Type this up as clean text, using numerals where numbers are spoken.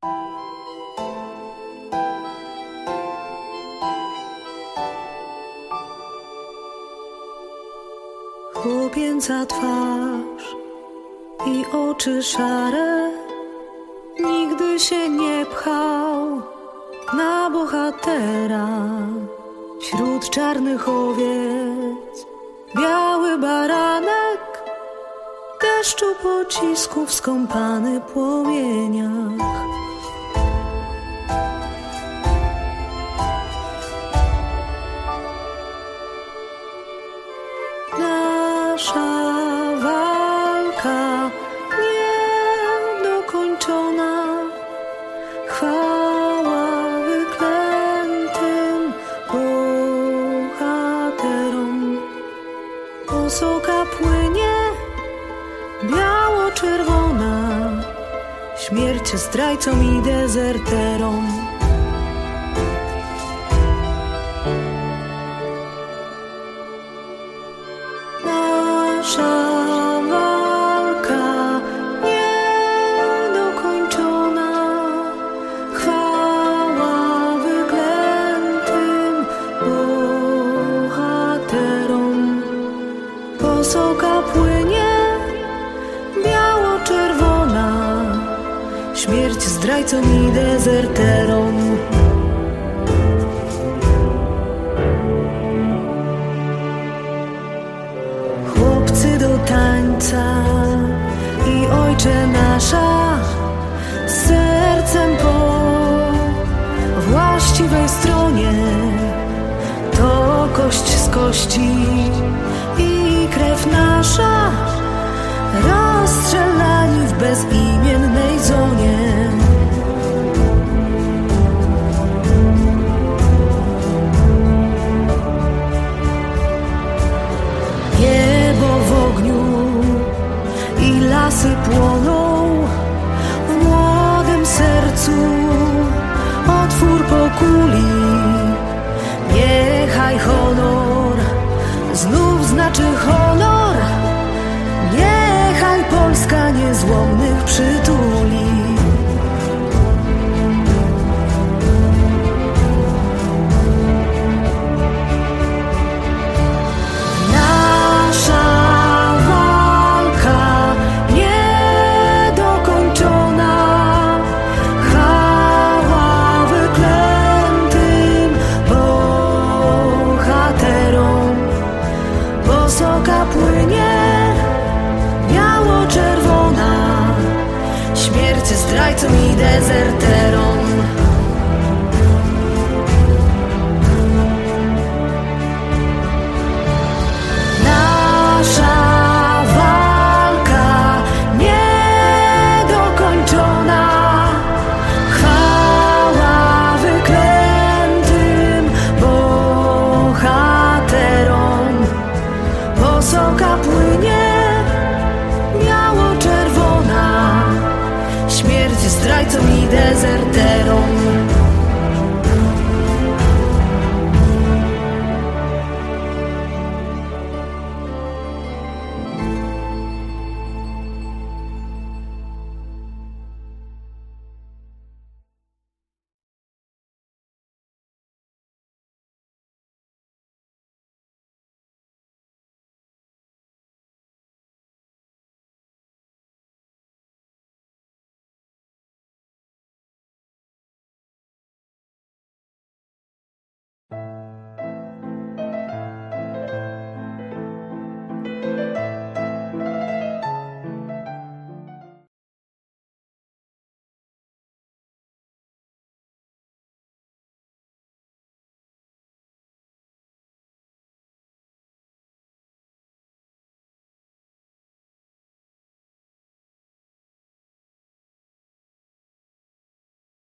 Chłopięca twarz i oczy szare, nigdy się nie pchał na bohatera. Wśród czarnych owiec biały baranek, deszczu pocisków skąpany w płomieniach. Nasza walka niedokończona, chwała wyklętym bohaterom. Osoka płynie biało-czerwona, śmierć zdrajcom i dezerterom. Nasza walka niedokończona, chwała wyklętym bohaterom. Posoka płynie biało-czerwona, śmierć zdrajcom i dezerterom. Do tańca i Ojcze nasza, z sercem po właściwej stronie. To kość z kości i krew nasza, rozstrzelani w bezimiennej zonie. I lasy płoną w młodym sercu, otwór po kuli. Niechaj honor znów znaczy honor, niechaj Polska niezłomnych przytuli. Posoka płynie biało-czerwona, śmierć zdrajcom i dezerterom. Nasza walka niedokończona, chwała wyklętym bohaterom. Posoka płynie biało-czerwona, śmierć zdrajcom i dezerterom.